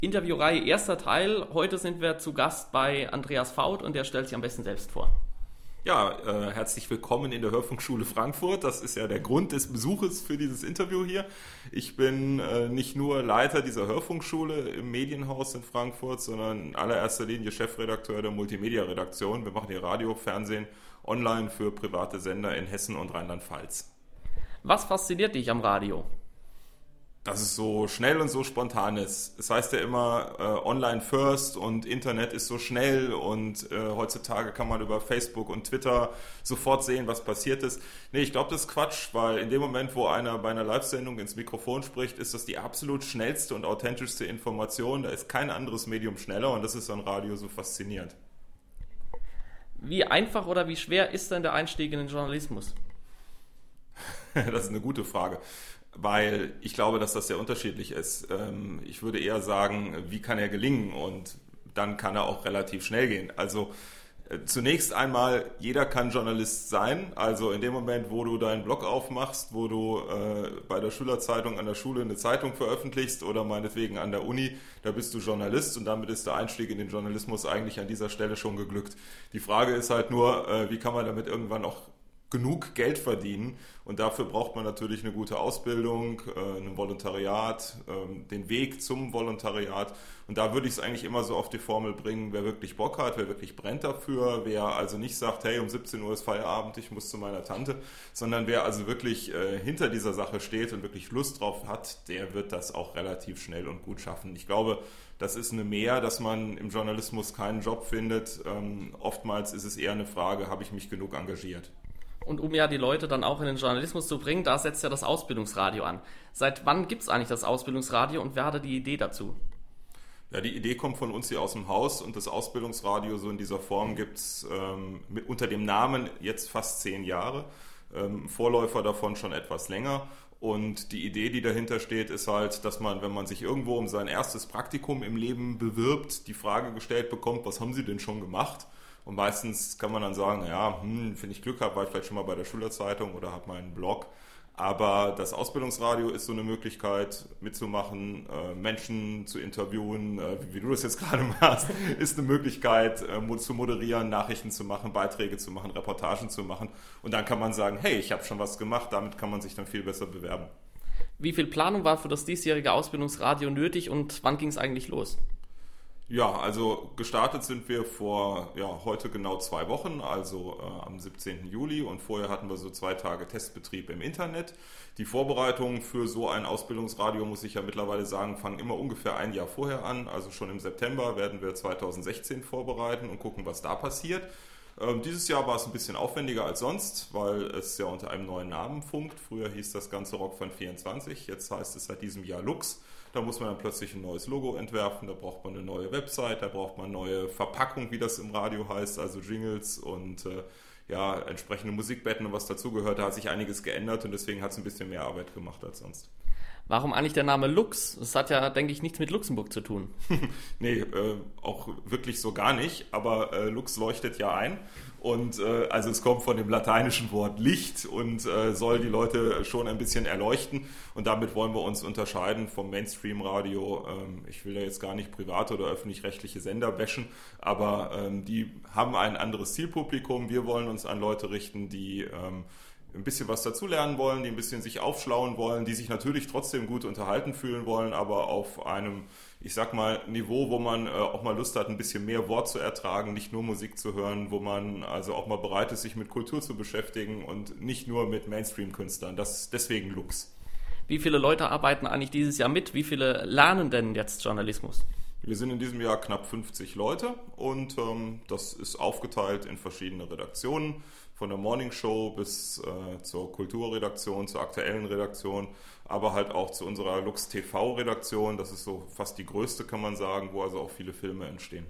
Interviewreihe erster Teil. Heute sind wir zu Gast bei Andreas Faut und der stellt sich am besten selbst vor. Ja, herzlich willkommen in der Hörfunkschule Frankfurt. Das ist ja der Grund des Besuches für dieses Interview hier. Ich bin nicht nur Leiter dieser Hörfunkschule im Medienhaus in Frankfurt, sondern in allererster Linie Chefredakteur der Multimedia-Redaktion. Wir machen hier Radio, Fernsehen, online für private Sender in Hessen und Rheinland-Pfalz. Was fasziniert dich am Radio? Dass es so schnell und so spontan ist. Es heißt ja immer online first und Internet ist so schnell und heutzutage kann man über Facebook und Twitter sofort sehen, was passiert ist. Nee, ich glaube, das ist Quatsch, weil in dem Moment, wo einer bei einer Live-Sendung ins Mikrofon spricht, ist das die absolut schnellste und authentischste Information. Da ist kein anderes Medium schneller und das ist an Radio so faszinierend. Wie einfach oder wie schwer ist denn der Einstieg in den Journalismus? Das ist eine gute Frage. Weil ich glaube, dass das sehr unterschiedlich ist. Ich würde eher sagen, wie kann er gelingen und dann kann er auch relativ schnell gehen. Also zunächst einmal, jeder kann Journalist sein. Also in dem Moment, wo du deinen Blog aufmachst, wo du bei der Schülerzeitung an der Schule eine Zeitung veröffentlichst oder meinetwegen an der Uni, da bist du Journalist und damit ist der Einstieg in den Journalismus eigentlich an dieser Stelle schon geglückt. Die Frage ist halt nur, wie kann man damit irgendwann auch genug Geld verdienen und dafür braucht man natürlich eine gute Ausbildung, ein Volontariat, den Weg zum Volontariat und da würde ich es eigentlich immer so auf die Formel bringen, wer wirklich Bock hat, wer wirklich brennt dafür, wer also nicht sagt, hey, um 17 Uhr ist Feierabend, ich muss zu meiner Tante, sondern wer also wirklich hinter dieser Sache steht und wirklich Lust drauf hat, der wird das auch relativ schnell und gut schaffen. Ich glaube, das ist eine Mehr, dass man im Journalismus keinen Job findet. Oftmals ist es eher eine Frage, habe ich mich genug engagiert? Und um ja die Leute dann auch in den Journalismus zu bringen, da setzt ja das Ausbildungsradio an. Seit wann gibt es eigentlich das Ausbildungsradio und wer hatte die Idee dazu? Ja, die Idee kommt von uns hier aus dem Haus und das Ausbildungsradio so in dieser Form gibt es unter dem Namen jetzt fast 10 Jahre. Vorläufer davon schon etwas länger. Und die Idee, die dahinter steht, ist halt, dass man, wenn man sich irgendwo um sein erstes Praktikum im Leben bewirbt, die Frage gestellt bekommt, was haben Sie denn schon gemacht? Und meistens kann man dann sagen, ja, wenn ich Glück habe, war ich vielleicht schon mal bei der Schülerzeitung oder habe meinen Blog. Aber das Ausbildungsradio ist so eine Möglichkeit mitzumachen, Menschen zu interviewen, wie du das jetzt gerade machst, ist eine Möglichkeit zu moderieren, Nachrichten zu machen, Beiträge zu machen, Reportagen zu machen. Und dann kann man sagen, hey, ich habe schon was gemacht, damit kann man sich dann viel besser bewerben. Wie viel Planung war für das diesjährige Ausbildungsradio nötig und wann ging es eigentlich los? Ja, also gestartet sind wir vor heute genau 2 Wochen, also am 17. Juli und vorher hatten wir so 2 Tage Testbetrieb im Internet. Die Vorbereitungen für so ein Ausbildungsradio, muss ich ja mittlerweile sagen, fangen immer ungefähr ein Jahr vorher an. Also schon im September werden wir 2016 vorbereiten und gucken, was da passiert. Dieses Jahr war es ein bisschen aufwendiger als sonst, weil es ja unter einem neuen Namen funkt. Früher hieß das Ganze Rockfan 24, jetzt heißt es seit diesem Jahr Lux. Da muss man dann plötzlich ein neues Logo entwerfen, da braucht man eine neue Website, da braucht man neue Verpackung, wie das im Radio heißt, also Jingles und entsprechende Musikbetten und was dazugehört. Da hat sich einiges geändert und deswegen hat es ein bisschen mehr Arbeit gemacht als sonst. Warum eigentlich der Name Lux? Das hat ja, denke ich, nichts mit Luxemburg zu tun. Nee, auch wirklich so gar nicht, aber Lux leuchtet ja ein und also es kommt von dem lateinischen Wort Licht und soll die Leute schon ein bisschen erleuchten und damit wollen wir uns unterscheiden vom Mainstream-Radio. Ich will ja jetzt gar nicht private oder öffentlich-rechtliche Sender bashen, aber die haben ein anderes Zielpublikum. Wir wollen uns an Leute richten, die ein bisschen was dazulernen wollen, die ein bisschen sich aufschlauen wollen, die sich natürlich trotzdem gut unterhalten fühlen wollen, aber auf einem, ich sag mal, Niveau, wo man auch mal Lust hat, ein bisschen mehr Wort zu ertragen, nicht nur Musik zu hören, wo man also auch mal bereit ist, sich mit Kultur zu beschäftigen und nicht nur mit Mainstream-Künstlern. Deswegen Lux. Wie viele Leute arbeiten eigentlich dieses Jahr mit? Wie viele lernen denn jetzt Journalismus? Wir sind in diesem Jahr knapp 50 Leute und das ist aufgeteilt in verschiedene Redaktionen. Von der Morning Show bis zur Kulturredaktion, zur aktuellen Redaktion, aber halt auch zu unserer Lux TV-Redaktion. Das ist so fast die größte, kann man sagen, wo also auch viele Filme entstehen.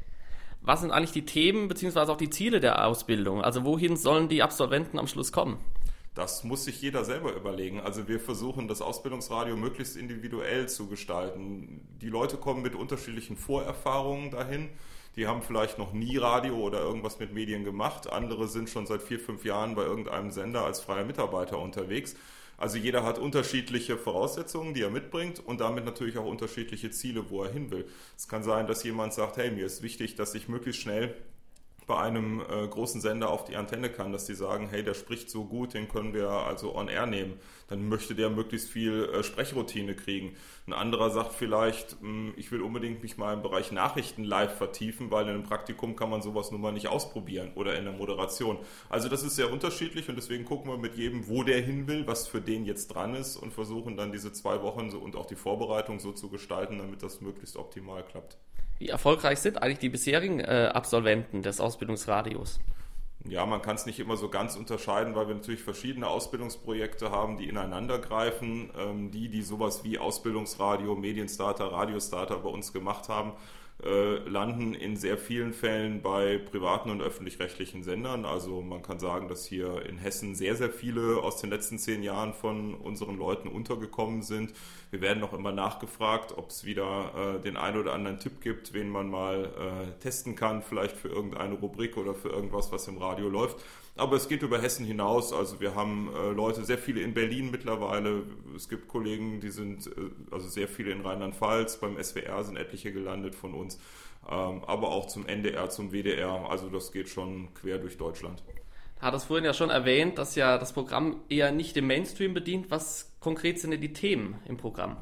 Was sind eigentlich die Themen bzw. auch die Ziele der Ausbildung? Also wohin sollen die Absolventen am Schluss kommen? Das muss sich jeder selber überlegen. Also wir versuchen, das Ausbildungsradio möglichst individuell zu gestalten. Die Leute kommen mit unterschiedlichen Vorerfahrungen dahin. Die haben vielleicht noch nie Radio oder irgendwas mit Medien gemacht. Andere sind schon seit 4-5 Jahren bei irgendeinem Sender als freier Mitarbeiter unterwegs. Also jeder hat unterschiedliche Voraussetzungen, die er mitbringt und damit natürlich auch unterschiedliche Ziele, wo er hin will. Es kann sein, dass jemand sagt, hey, mir ist wichtig, dass ich möglichst schnell bei einem großen Sender auf die Antenne kann, dass die sagen, hey, der spricht so gut, den können wir also on air nehmen. Dann möchte der möglichst viel Sprechroutine kriegen. Ein anderer sagt vielleicht, ich will unbedingt mich mal im Bereich Nachrichten live vertiefen, weil in einem Praktikum kann man sowas nun mal nicht ausprobieren oder in der Moderation. Also das ist sehr unterschiedlich und deswegen gucken wir mit jedem, wo der hin will, was für den jetzt dran ist und versuchen dann diese 2 Wochen und auch die Vorbereitung so zu gestalten, damit das möglichst optimal klappt. Wie erfolgreich sind eigentlich die bisherigen Absolventen des Ausbildungsradios? Ja, man kann es nicht immer so ganz unterscheiden, weil wir natürlich verschiedene Ausbildungsprojekte haben, die ineinander greifen. Die sowas wie Ausbildungsradio, Medienstarter, Radiostarter bei uns gemacht haben, landen in sehr vielen Fällen bei privaten und öffentlich-rechtlichen Sendern. Also man kann sagen, dass hier in Hessen sehr, sehr viele aus den letzten 10 Jahren von unseren Leuten untergekommen sind. Wir werden noch immer nachgefragt, ob es wieder den einen oder anderen Tipp gibt, wen man mal testen kann, vielleicht für irgendeine Rubrik oder für irgendwas, was im Radio läuft. Aber es geht über Hessen hinaus. Also wir haben Leute, sehr viele in Berlin mittlerweile. Es gibt Kollegen, die sind, also sehr viele in Rheinland-Pfalz. Beim SWR sind etliche gelandet von uns. Aber auch zum NDR, zum WDR. Also das geht schon quer durch Deutschland. Du hattest vorhin ja schon erwähnt, dass ja das Programm eher nicht den Mainstream bedient. Was konkret sind denn die Themen im Programm?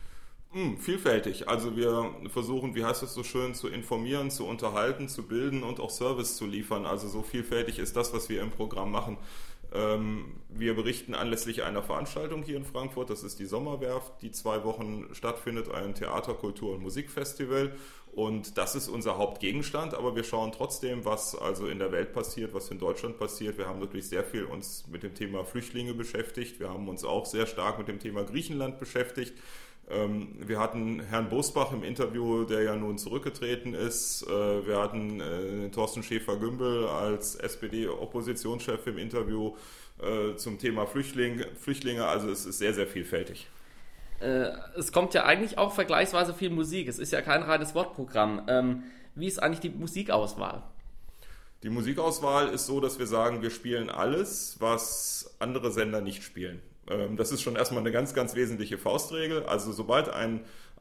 Vielfältig. Also wir versuchen, wie heißt es so schön, zu informieren, zu unterhalten, zu bilden und auch Service zu liefern. Also so vielfältig ist das, was wir im Programm machen. Wir berichten anlässlich einer Veranstaltung hier in Frankfurt, das ist die Sommerwerft, die 2 Wochen stattfindet, ein Theater-, Kultur- und Musikfestival. Und das ist unser Hauptgegenstand, aber wir schauen trotzdem, was also in der Welt passiert, was in Deutschland passiert. Wir haben wirklich sehr viel uns mit dem Thema Flüchtlinge beschäftigt. Wir haben uns auch sehr stark mit dem Thema Griechenland beschäftigt. Wir hatten Herrn Bosbach im Interview, der ja nun zurückgetreten ist. Wir hatten Thorsten Schäfer-Gümbel als SPD-Oppositionschef im Interview zum Thema Flüchtlinge. Also es ist sehr, sehr vielfältig. Es kommt ja eigentlich auch vergleichsweise viel Musik. Es ist ja kein reines Wortprogramm. Wie ist eigentlich die Musikauswahl? Die Musikauswahl ist so, dass wir sagen, wir spielen alles, was andere Sender nicht spielen. Das ist schon erstmal eine ganz, ganz wesentliche Faustregel. Also sobald ein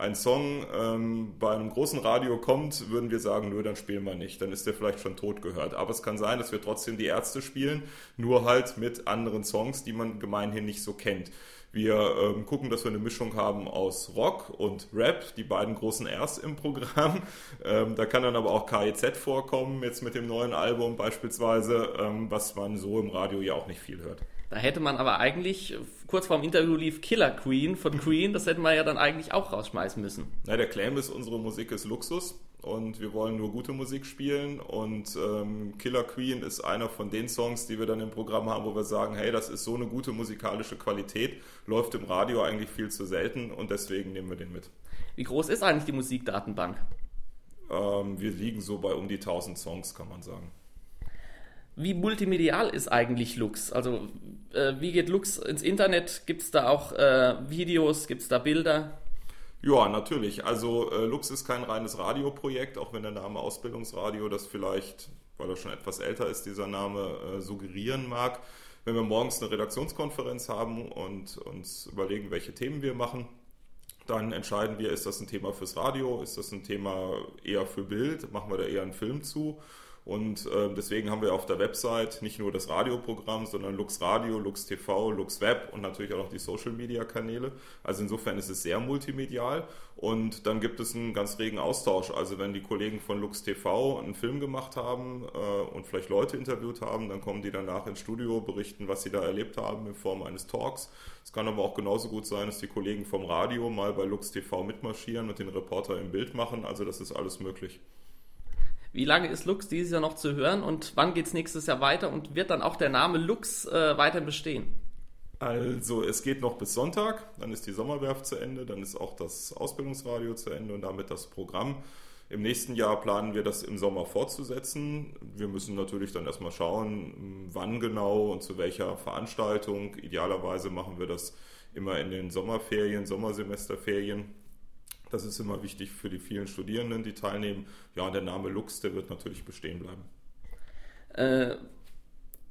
Song bei einem großen Radio kommt, würden wir sagen, nö, dann spielen wir nicht. Dann ist der vielleicht schon tot gehört. Aber es kann sein, dass wir trotzdem die Ärzte spielen, nur halt mit anderen Songs, die man gemeinhin nicht so kennt. Wir gucken, dass wir eine Mischung haben aus Rock und Rap, die beiden großen Rs im Programm. Da kann dann aber auch KIZ vorkommen, jetzt mit dem neuen Album beispielsweise, was man so im Radio ja auch nicht viel hört. Da hätte man aber eigentlich, kurz vorm Interview lief Killer Queen von Queen, das hätten wir ja dann eigentlich auch rausschmeißen müssen. Na, der Claim ist, unsere Musik ist Luxus und wir wollen nur gute Musik spielen und Killer Queen ist einer von den Songs, die wir dann im Programm haben, wo wir sagen, hey, das ist so eine gute musikalische Qualität, läuft im Radio eigentlich viel zu selten und deswegen nehmen wir den mit. Wie groß ist eigentlich die Musikdatenbank? Wir liegen so bei um die 1000 Songs, kann man sagen. Wie multimedial ist eigentlich Lux? Also wie geht Lux ins Internet? Gibt es da auch Videos? Gibt es da Bilder? Ja, natürlich. Also Lux ist kein reines Radioprojekt, auch wenn der Name Ausbildungsradio das vielleicht, weil er schon etwas älter ist, dieser Name suggerieren mag. Wenn wir morgens eine Redaktionskonferenz haben und uns überlegen, welche Themen wir machen, dann entscheiden wir, ist das ein Thema fürs Radio, ist das ein Thema eher für Bild, machen wir da eher einen Film zu. Und deswegen haben wir auf der Website nicht nur das Radioprogramm, sondern Lux Radio, Lux TV, Lux Web und natürlich auch noch die Social-Media-Kanäle. Also insofern ist es sehr multimedial und dann gibt es einen ganz regen Austausch. Also wenn die Kollegen von Lux TV einen Film gemacht haben und vielleicht Leute interviewt haben, dann kommen die danach ins Studio, berichten, was sie da erlebt haben in Form eines Talks. Es kann aber auch genauso gut sein, dass die Kollegen vom Radio mal bei Lux TV mitmarschieren und den Reporter im Bild machen. Also das ist alles möglich. Wie lange ist Lux dieses Jahr noch zu hören und wann geht es nächstes Jahr weiter und wird dann auch der Name Lux weiterhin bestehen? Also es geht noch bis Sonntag, dann ist die Sommerwerft zu Ende, dann ist auch das Ausbildungsradio zu Ende und damit das Programm. Im nächsten Jahr planen wir das im Sommer fortzusetzen. Wir müssen natürlich dann erstmal schauen, wann genau und zu welcher Veranstaltung. Idealerweise machen wir das immer in den Sommerferien, Sommersemesterferien. Das ist immer wichtig für die vielen Studierenden, die teilnehmen. Ja, und der Name Lux, der wird natürlich bestehen bleiben.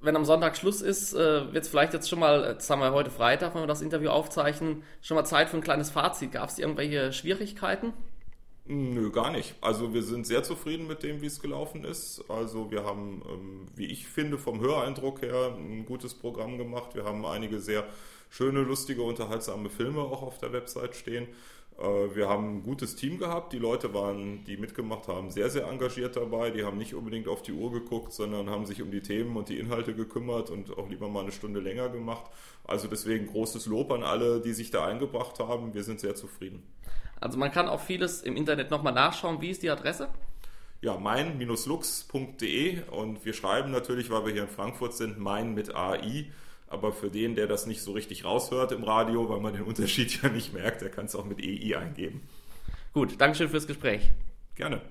wenn am Sonntag Schluss ist, wird es vielleicht jetzt schon mal, jetzt haben wir heute Freitag, wenn wir das Interview aufzeichnen, schon mal Zeit für ein kleines Fazit. Gab es irgendwelche Schwierigkeiten? Nö, gar nicht. Also wir sind sehr zufrieden mit dem, wie es gelaufen ist. Also wir haben, wie ich finde, vom Höreindruck her ein gutes Programm gemacht. Wir haben einige sehr schöne, lustige, unterhaltsame Filme auch auf der Website stehen. Wir haben ein gutes Team gehabt. Die Leute waren, die mitgemacht haben, sehr, sehr engagiert dabei. Die haben nicht unbedingt auf die Uhr geguckt, sondern haben sich um die Themen und die Inhalte gekümmert und auch lieber mal eine Stunde länger gemacht. Also deswegen großes Lob an alle, die sich da eingebracht haben. Wir sind sehr zufrieden. Also man kann auch vieles im Internet nochmal nachschauen. Wie ist die Adresse? Ja, mein-lux.de, und wir schreiben natürlich, weil wir hier in Frankfurt sind, mein mit AI. Aber für den, der das nicht so richtig raushört im Radio, weil man den Unterschied ja nicht merkt, der kann es auch mit EI eingeben. Gut, Dankeschön fürs Gespräch. Gerne.